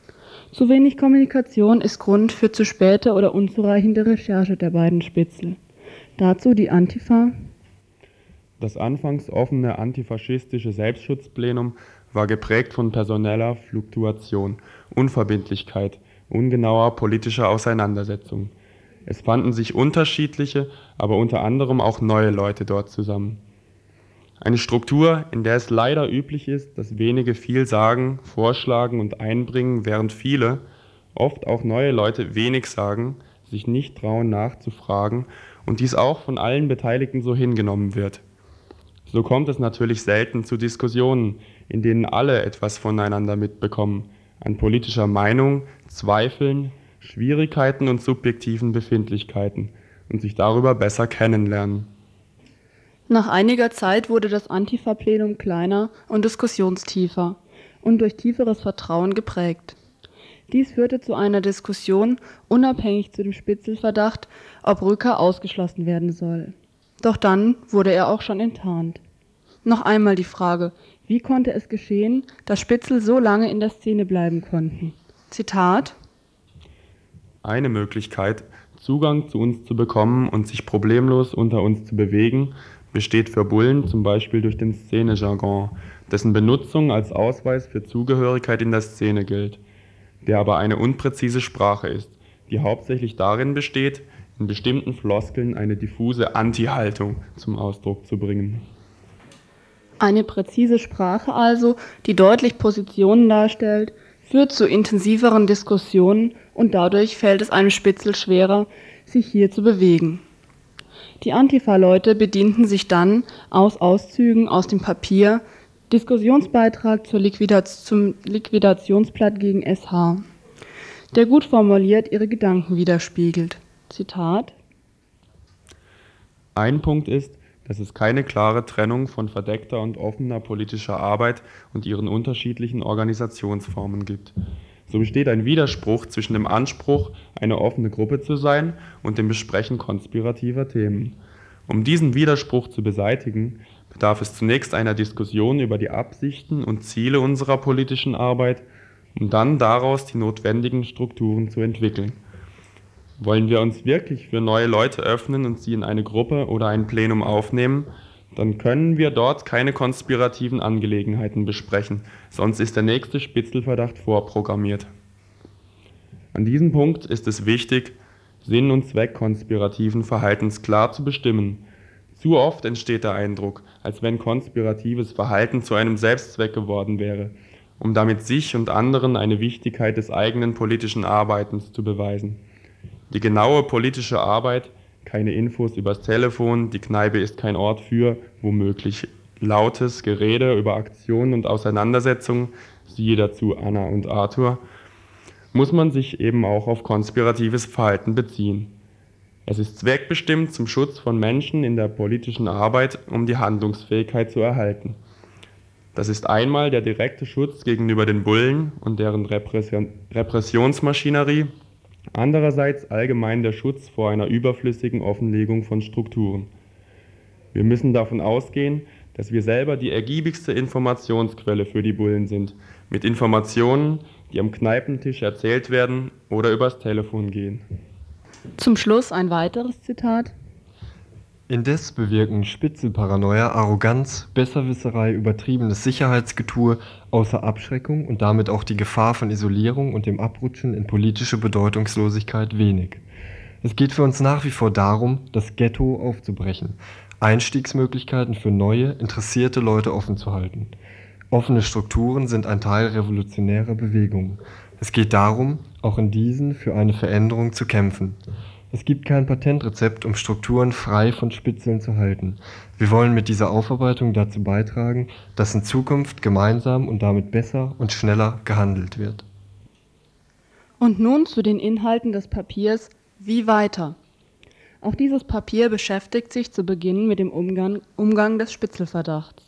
Zu wenig Kommunikation ist Grund für zu späte oder unzureichende Recherche der beiden Spitzel. Dazu die Antifa. Das anfangs offene antifaschistische Selbstschutzplenum war geprägt von personeller Fluktuation, Unverbindlichkeit, ungenauer politischer Auseinandersetzung. Es fanden sich unterschiedliche, aber unter anderem auch neue Leute dort zusammen. Eine Struktur, in der es leider üblich ist, dass wenige viel sagen, vorschlagen und einbringen, während viele, oft auch neue Leute, wenig sagen, sich nicht trauen nachzufragen und dies auch von allen Beteiligten so hingenommen wird. So kommt es natürlich selten zu Diskussionen, in denen alle etwas voneinander mitbekommen, an politischer Meinung, Zweifeln, Schwierigkeiten und subjektiven Befindlichkeiten und sich darüber besser kennenlernen. Nach einiger Zeit wurde das Antifa-Plenum kleiner und diskussionstiefer und durch tieferes Vertrauen geprägt. Dies führte zu einer Diskussion, unabhängig zu dem Spitzelverdacht, ob Rücker ausgeschlossen werden soll. Doch dann wurde er auch schon enttarnt. Noch einmal die Frage, wie konnte es geschehen, dass Spitzel so lange in der Szene bleiben konnten? Zitat: Eine Möglichkeit, Zugang zu uns zu bekommen und sich problemlos unter uns zu bewegen, besteht für Bullen zum Beispiel durch den Szenejargon, dessen Benutzung als Ausweis für Zugehörigkeit in der Szene gilt, der aber eine unpräzise Sprache ist, die hauptsächlich darin besteht, in bestimmten Floskeln eine diffuse Anti-Haltung zum Ausdruck zu bringen. Eine präzise Sprache also, die deutlich Positionen darstellt, führt zu intensiveren Diskussionen und dadurch fällt es einem Spitzel schwerer, sich hier zu bewegen. Die Antifa-Leute bedienten sich dann aus Auszügen aus dem Papier, Diskussionsbeitrag zur Liquidat- zum Liquidationsblatt gegen S H, der gut formuliert ihre Gedanken widerspiegelt. Zitat: Ein Punkt ist, dass es keine klare Trennung von verdeckter und offener politischer Arbeit und ihren unterschiedlichen Organisationsformen gibt. So besteht ein Widerspruch zwischen dem Anspruch, eine offene Gruppe zu sein, und dem Besprechen konspirativer Themen. Um diesen Widerspruch zu beseitigen, bedarf es zunächst einer Diskussion über die Absichten und Ziele unserer politischen Arbeit, um dann daraus die notwendigen Strukturen zu entwickeln. Wollen wir uns wirklich für neue Leute öffnen und sie in eine Gruppe oder ein Plenum aufnehmen, dann können wir dort keine konspirativen Angelegenheiten besprechen, sonst ist der nächste Spitzelverdacht vorprogrammiert. An diesem Punkt ist es wichtig, Sinn und Zweck konspirativen Verhaltens klar zu bestimmen. Zu oft entsteht der Eindruck, als wenn konspiratives Verhalten zu einem Selbstzweck geworden wäre, um damit sich und anderen eine Wichtigkeit des eigenen politischen Arbeitens zu beweisen. Die genaue politische Arbeit, keine Infos übers Telefon, die Kneipe ist kein Ort für, womöglich lautes Gerede über Aktionen und Auseinandersetzungen, siehe dazu Anna und Arthur, muss man sich eben auch auf konspiratives Verhalten beziehen. Es ist zweckbestimmt zum Schutz von Menschen in der politischen Arbeit, um die Handlungsfähigkeit zu erhalten. Das ist einmal der direkte Schutz gegenüber den Bullen und deren Repression- Repressionsmaschinerie, andererseits allgemein der Schutz vor einer überflüssigen Offenlegung von Strukturen. Wir müssen davon ausgehen, dass wir selber die ergiebigste Informationsquelle für die Bullen sind, mit Informationen, die am Kneipentisch erzählt werden oder übers Telefon gehen. Zum Schluss ein weiteres Zitat. Indes bewirken Spitzelparanoia, Arroganz, Besserwisserei, übertriebenes Sicherheitsgetue außer Abschreckung und damit auch die Gefahr von Isolierung und dem Abrutschen in politische Bedeutungslosigkeit wenig. Es geht für uns nach wie vor darum, das Ghetto aufzubrechen, Einstiegsmöglichkeiten für neue, interessierte Leute offen zu halten. Offene Strukturen sind ein Teil revolutionärer Bewegungen. Es geht darum, auch in diesen für eine Veränderung zu kämpfen. Es gibt kein Patentrezept, um Strukturen frei von Spitzeln zu halten. Wir wollen mit dieser Aufarbeitung dazu beitragen, dass in Zukunft gemeinsam und damit besser und schneller gehandelt wird. Und nun zu den Inhalten des Papiers Wie weiter? Auch dieses Papier beschäftigt sich zu Beginn mit dem Umgang, Umgang des Spitzelverdachts.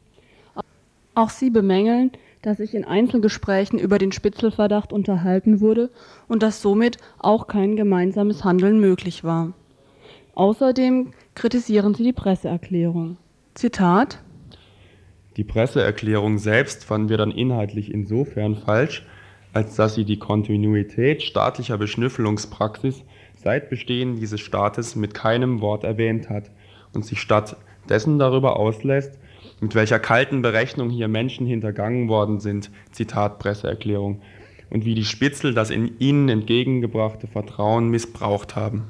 Auch sie bemängeln, dass sich in Einzelgesprächen über den Spitzelverdacht unterhalten wurde und dass somit auch kein gemeinsames Handeln möglich war. Außerdem kritisieren sie die Presseerklärung. Zitat: Die Presseerklärung selbst fanden wir dann inhaltlich insofern falsch, als dass sie die Kontinuität staatlicher Beschnüffelungspraxis seit Bestehen dieses Staates mit keinem Wort erwähnt hat und sich stattdessen darüber auslässt, mit welcher kalten Berechnung hier Menschen hintergangen worden sind, Zitat Presseerklärung, und wie die Spitzel das in ihnen entgegengebrachte Vertrauen missbraucht haben.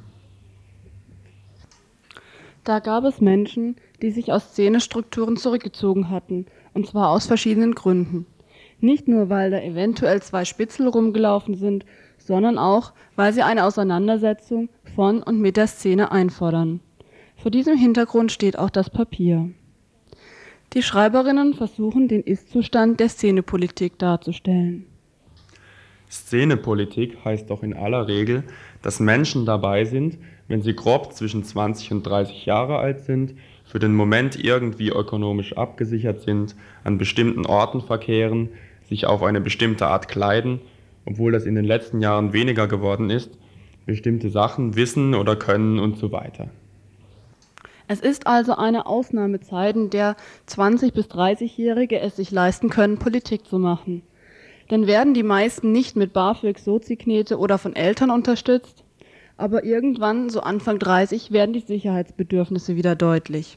Da gab es Menschen, die sich aus Szenestrukturen zurückgezogen hatten, und zwar aus verschiedenen Gründen. Nicht nur, weil da eventuell zwei Spitzel rumgelaufen sind, sondern auch, weil sie eine Auseinandersetzung von und mit der Szene einfordern. Vor diesem Hintergrund steht auch das Papier. Die Schreiberinnen versuchen, den Ist-Zustand der Szenepolitik darzustellen. Szenepolitik heißt doch in aller Regel, dass Menschen dabei sind, wenn sie grob zwischen zwanzig und dreißig Jahre alt sind, für den Moment irgendwie ökonomisch abgesichert sind, an bestimmten Orten verkehren, sich auf eine bestimmte Art kleiden, obwohl das in den letzten Jahren weniger geworden ist, bestimmte Sachen wissen oder können und so weiter. Es ist also eine Ausnahmezeit, in der zwanzig- bis dreißigjährige es sich leisten können, Politik zu machen. Denn werden die meisten nicht mit BAföG, Soziknete oder von Eltern unterstützt, aber irgendwann, so Anfang dreißig, werden die Sicherheitsbedürfnisse wieder deutlich.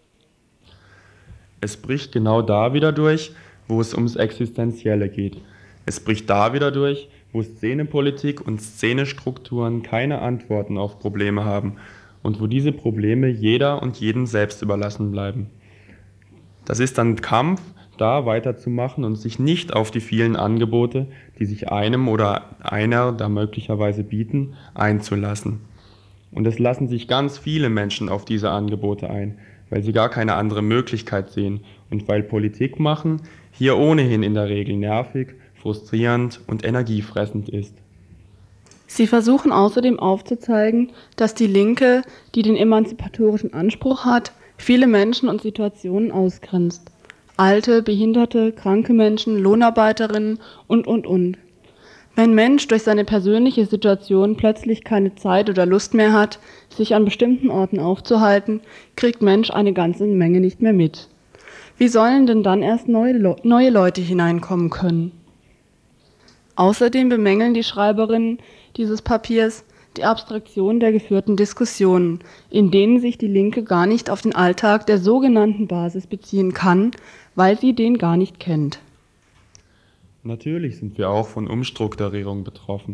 Es bricht genau da wieder durch, wo es ums Existenzielle geht. Es bricht da wieder durch, wo Szenepolitik und Szenestrukturen keine Antworten auf Probleme haben und wo diese Probleme jeder und jedem selbst überlassen bleiben. Das ist dann Kampf, da weiterzumachen und sich nicht auf die vielen Angebote, die sich einem oder einer da möglicherweise bieten, einzulassen. Und es lassen sich ganz viele Menschen auf diese Angebote ein, weil sie gar keine andere Möglichkeit sehen und weil Politik machen hier ohnehin in der Regel nervig, frustrierend und energiefressend ist. Sie versuchen außerdem aufzuzeigen, dass die Linke, die den emanzipatorischen Anspruch hat, viele Menschen und Situationen ausgrenzt. Alte, behinderte, kranke Menschen, Lohnarbeiterinnen und, und, und. Wenn Mensch durch seine persönliche Situation plötzlich keine Zeit oder Lust mehr hat, sich an bestimmten Orten aufzuhalten, kriegt Mensch eine ganze Menge nicht mehr mit. Wie sollen denn dann erst neue, Le- neue Leute hineinkommen können? Außerdem bemängeln die Schreiberinnen dieses Papiers die Abstraktion der geführten Diskussionen, in denen sich die Linke gar nicht auf den Alltag der sogenannten Basis beziehen kann, weil sie den gar nicht kennt. Natürlich sind wir auch von Umstrukturierung betroffen,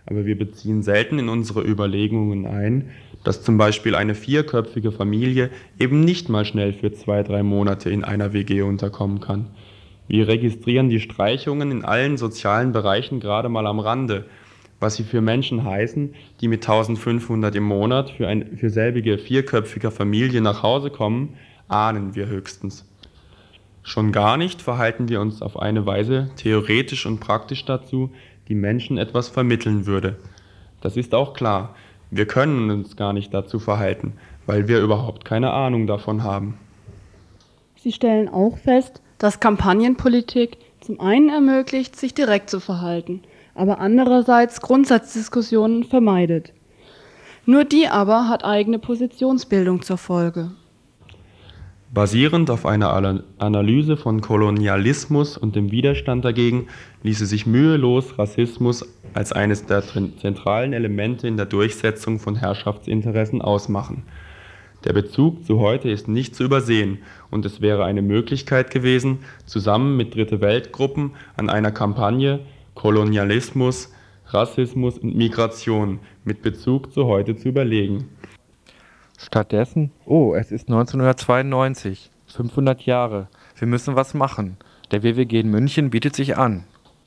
aber wir beziehen selten in unsere Überlegungen ein, dass zum Beispiel eine vierköpfige Familie eben nicht mal schnell für zwei, drei Monate in einer W G unterkommen kann. Wir registrieren die Streichungen in allen sozialen Bereichen gerade mal am Rande. Was sie für Menschen heißen, die mit eintausendfünfhundert im Monat für eine für selbige vierköpfige Familie nach Hause kommen, ahnen wir höchstens. Schon gar nicht verhalten wir uns auf eine Weise theoretisch und praktisch dazu, die Menschen etwas vermitteln würde. Das ist auch klar, wir können uns gar nicht dazu verhalten, weil wir überhaupt keine Ahnung davon haben. Sie stellen auch fest, dass Kampagnenpolitik zum einen ermöglicht, sich direkt zu verhalten, aber andererseits Grundsatzdiskussionen vermeidet. Nur die aber hat eigene Positionsbildung zur Folge. Basierend auf einer Analyse von Kolonialismus und dem Widerstand dagegen ließe sich mühelos Rassismus als eines der zentralen Elemente in der Durchsetzung von Herrschaftsinteressen ausmachen. Der Bezug zu heute ist nicht zu übersehen und es wäre eine Möglichkeit gewesen, zusammen mit Dritte-Welt-Gruppen an einer Kampagne Kolonialismus, Rassismus und Migration mit Bezug zu heute zu überlegen. Stattdessen, oh, es ist neunzehnhundertzweiundneunzig, fünfhundert Jahre, wir müssen was machen. Der W W G in München bietet sich an.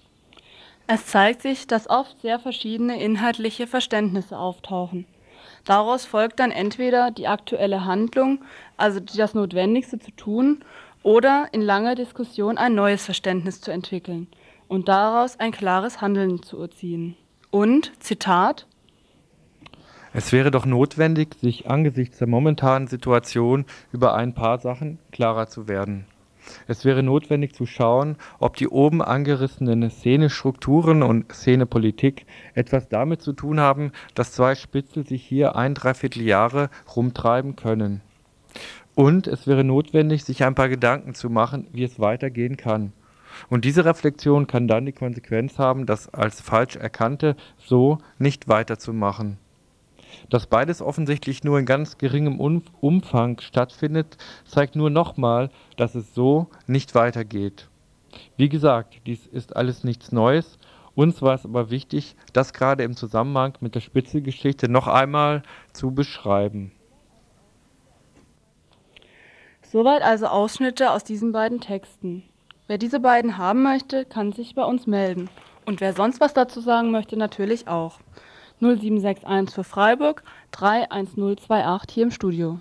Es zeigt sich, dass oft sehr verschiedene inhaltliche Verständnisse auftauchen. Daraus folgt dann entweder die aktuelle Handlung, also das Notwendigste zu tun, oder in langer Diskussion ein neues Verständnis zu entwickeln und daraus ein klares Handeln zu erzielen. Und, Zitat, es wäre doch notwendig, sich angesichts der momentanen Situation über ein paar Sachen klarer zu werden. Es wäre notwendig zu schauen, ob die oben angerissenen Szenestrukturen und Szenepolitik etwas damit zu tun haben, dass zwei Spitzel sich hier ein Dreivierteljahre rumtreiben können. Und es wäre notwendig, sich ein paar Gedanken zu machen, wie es weitergehen kann. Und diese Reflexion kann dann die Konsequenz haben, das als falsch Erkannte so nicht weiterzumachen. Dass beides offensichtlich nur in ganz geringem Umfang stattfindet, zeigt nur nochmal, dass es so nicht weitergeht. Wie gesagt, dies ist alles nichts Neues. Uns war es aber wichtig, das gerade im Zusammenhang mit der Spitzelgeschichte noch einmal zu beschreiben. Soweit also Ausschnitte aus diesen beiden Texten. Wer diese beiden haben möchte, kann sich bei uns melden. Und wer sonst was dazu sagen möchte, natürlich auch. null sieben sechs eins für Freiburg, drei eins null zwei acht hier im Studio.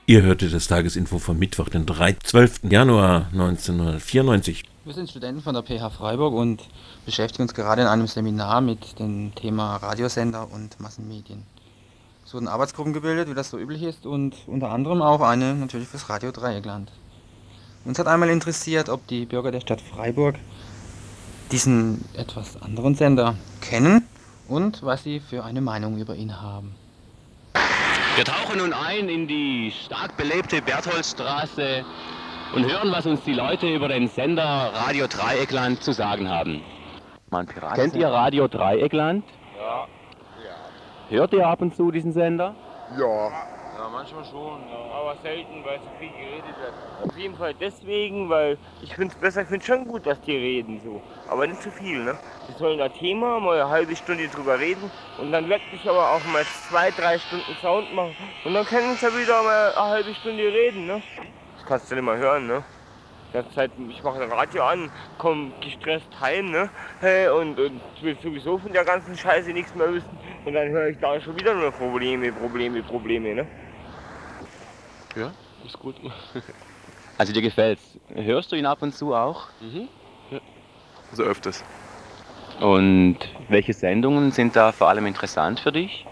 Ihr hörtet das Tagesinfo vom Mittwoch, den zwölften Januar neunzehnhundertvierundneunzig. Wir sind Studenten von der P H Freiburg und beschäftigen uns gerade in einem Seminar mit dem Thema Radiosender und Massenmedien. Es wurden Arbeitsgruppen gebildet, wie das so üblich ist, und unter anderem auch eine natürlich fürs Radio Dreieckland. Uns hat einmal interessiert, ob die Bürger der Stadt Freiburg diesen etwas anderen Sender kennen und was sie für eine Meinung über ihn haben. Wir tauchen nun ein in die stark belebte Bertholdsstraße und hören, was uns die Leute über den Sender Radio Dreieckland zu sagen haben. Kennt ihr Radio Dreieckland? Ja. Hört ihr ab und zu diesen Sender? Ja. Ja, manchmal schon, ja. Aber selten, weil so viel geredet wird. Auf jeden Fall deswegen, weil ich finde es besser, ich finde schon gut, dass die reden so. Aber nicht zu viel, ne? Die sollen da Thema mal eine halbe Stunde drüber reden und dann wirklich aber auch mal zwei, drei Stunden Sound machen. Und dann können sie ja wieder mal eine halbe Stunde reden, ne? Das kannst du nicht mal hören, ne? Zeit, ich mache das Radio an, komme gestresst heim, ne? Hey, und, und will sowieso von der ganzen Scheiße nichts mehr wissen. Und dann höre ich da schon wieder nur Probleme, Probleme, Probleme, ne? Ja, ist gut. Also dir gefällt's. Hörst du ihn ab und zu auch? Mhm. Ja. Also öfters. Und welche Sendungen sind da vor allem interessant für dich?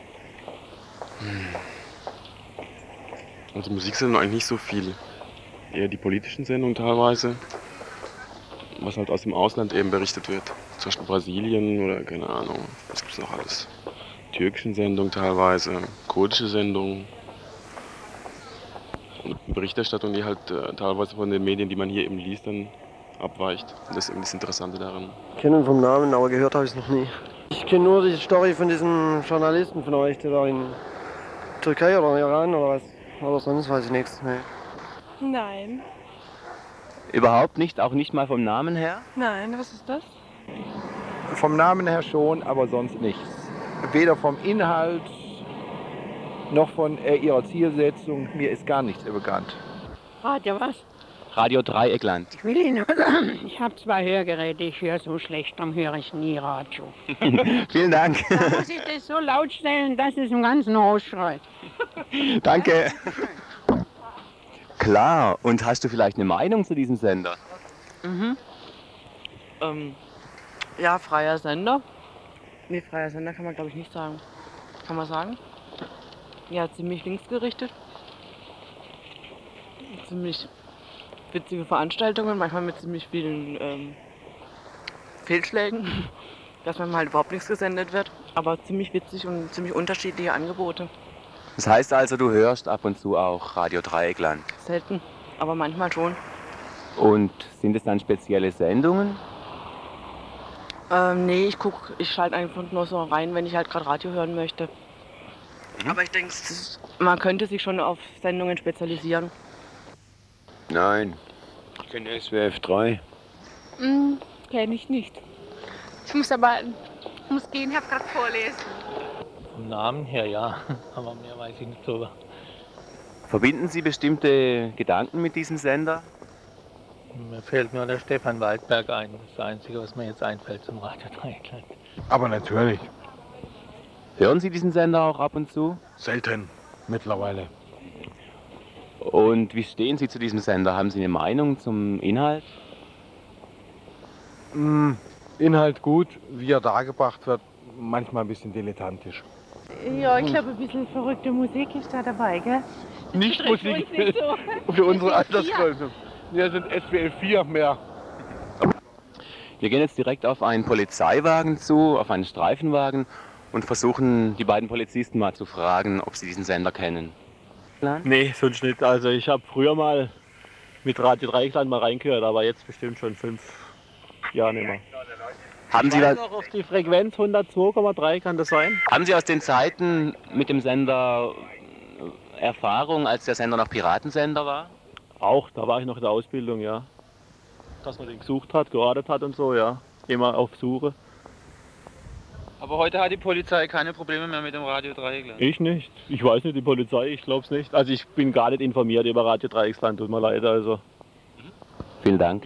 Also Musiksendungen eigentlich nicht so viel. Eher die politischen Sendungen teilweise. Was halt aus dem Ausland eben berichtet wird. Zum Beispiel Brasilien oder keine Ahnung. Was gibt's noch alles? Türkischen Sendungen teilweise, kurdische Sendungen. Und Berichterstattung, die halt äh, teilweise von den Medien, die man hier eben liest, dann abweicht. Und das ist eben das Interessante daran. Ich kenne ihn vom Namen, aber gehört habe ich es noch nie. Ich kenne nur die Story von diesem Journalisten von euch, der da in Türkei oder Iran oder was. Aber sonst weiß ich nichts. Nee. Nein. Überhaupt nicht, auch nicht mal vom Namen her? Nein, was ist das? Vom Namen her schon, aber sonst nichts. Weder vom Inhalt noch von äh, ihrer Zielsetzung. Mir ist gar nichts bekannt. Radio was? Radio Dreieckland. Ich will Ihnen nur sagen, ich habe zwei Hörgeräte, ich höre so schlecht, darum höre ich nie Radio. Vielen Dank. Da muss ich das so laut stellen, dass es im ganzen Haus schreit. Danke. Klar, und hast du vielleicht eine Meinung zu diesem Sender? Mhm. Ähm, ja, freier Sender. Nee, freier Sender kann man glaube ich nicht sagen. Kann man sagen? Ja, ziemlich linksgerichtet. Ziemlich witzige Veranstaltungen, manchmal mit ziemlich vielen ähm, Fehlschlägen, dass man halt überhaupt nichts gesendet wird. Aber ziemlich witzig und ziemlich unterschiedliche Angebote. Das heißt also, du hörst ab und zu auch Radio Dreieckland? Selten, aber manchmal schon. Und sind es dann spezielle Sendungen? Ähm, nee, ich guck, ich schalte einfach nur so rein, wenn ich halt gerade Radio hören möchte. Mhm. Aber ich denke, man könnte sich schon auf Sendungen spezialisieren. Nein. Ich kenne S W F drei. Mm, kenne ich nicht. Ich muss aber ich muss gehen, ich habe gerade vorlesen. Vom Namen her ja, aber mehr weiß ich nicht drüber. Verbinden Sie bestimmte Gedanken mit diesem Sender? Mir fällt nur der Stefan Waldberg ein. Das ist das Einzige, was mir jetzt einfällt zum Radio Dreieckland. Aber natürlich. Hören Sie diesen Sender auch ab und zu? Selten, mittlerweile. Und wie stehen Sie zu diesem Sender? Haben Sie eine Meinung zum Inhalt? Mm, Inhalt gut, wie er dargebracht wird, manchmal ein bisschen dilettantisch. Ja, ich glaube, ein bisschen verrückte Musik ist da dabei, gell? Nicht Musik, nicht so. für unsere Altersgröße. Wir sind S W L vier mehr. Wir gehen jetzt direkt auf einen Polizeiwagen zu, auf einen Streifenwagen und versuchen, die beiden Polizisten mal zu fragen, ob sie diesen Sender kennen. Nee, sonst nicht. Also ich habe früher mal mit Radio Dreieckland mal reingehört, aber jetzt bestimmt schon fünf Jahre nicht mehr. Haben ich Sie weiß da, noch auf die Frequenz hundertzwei Komma drei, kann das sein? Haben Sie aus den Zeiten mit dem Sender Erfahrung, als der Sender noch Piratensender war? Auch, da war ich noch in der Ausbildung, ja. Dass man den gesucht hat, geortet hat und so, ja. Immer auf Suche. Aber heute hat die Polizei keine Probleme mehr mit dem Radio Dreieckland. Ich nicht. Ich weiß nicht, die Polizei, ich glaube es nicht. Also ich bin gar nicht informiert über Radio Dreieckland, tut mir leid. Also. Vielen Dank.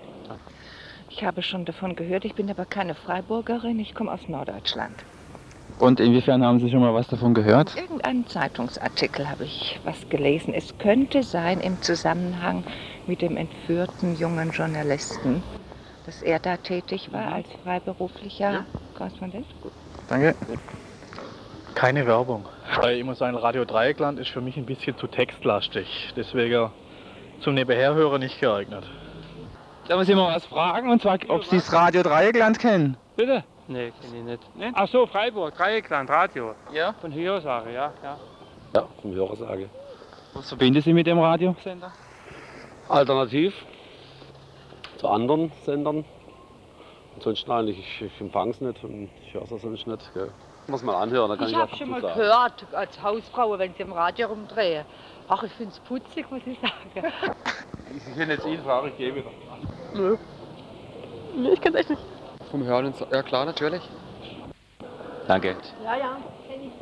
Ich habe schon davon gehört, ich bin aber keine Freiburgerin, ich komme aus Norddeutschland. Und inwiefern haben Sie schon mal was davon gehört? In irgendeinem Zeitungsartikel habe ich was gelesen. Es könnte sein im Zusammenhang mit dem entführten jungen Journalisten, dass er da tätig war als freiberuflicher ja. Korrespondent. Danke. Keine Werbung. Ich muss sagen, Radio Dreieckland ist für mich ein bisschen zu textlastig. Deswegen zum Nebenherhören nicht geeignet. Darf ich Sie mal was fragen? Und zwar, ob Sie das Radio Dreieckland kennen? Bitte? Nee, kenne ich nicht. nicht. Ach so, Freiburg, Dreieckland, Radio. Ja? Von Hörsage, ja. Ja, ja von Hörsage. Was verbindet Sie mit dem Radiosender? Alternativ zu anderen Sendern. Ansonsten eigentlich, ich, ich empfange es nicht und ich höre es sonst nicht. Gell. Muss mal anhören, dann kann ich, ich was habe schon dazu mal sagen. gehört, als Hausfrau, wenn sie im Radio rumdrehen. Ach, ich finde es putzig, muss ich sagen. Sie können jetzt ihn fragen, ich gehe wieder. Nö. Nee, ich kenne es echt nicht. Vom Hören, ja klar, natürlich. Danke. Ja, ja, kenn ich.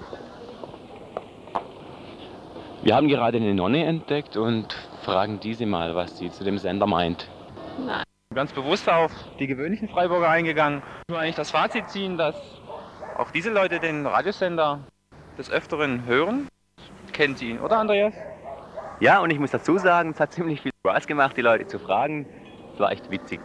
Wir haben gerade eine Nonne entdeckt und fragen diese mal, was sie zu dem Sender meint. Nein. Ganz bewusst auf die gewöhnlichen Freiburger eingegangen. Ich will eigentlich das Fazit ziehen, dass auch diese Leute den Radiosender des Öfteren hören. Kennen Sie ihn, oder Andreas? Ja, und ich muss dazu sagen, es hat ziemlich viel Spaß gemacht, die Leute zu fragen. Es war echt witzig.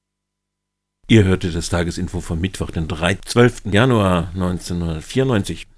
Ihr hörtet das Tagesinfo vom Mittwoch, den zwölften Januar neunzehnhundertvierundneunzig.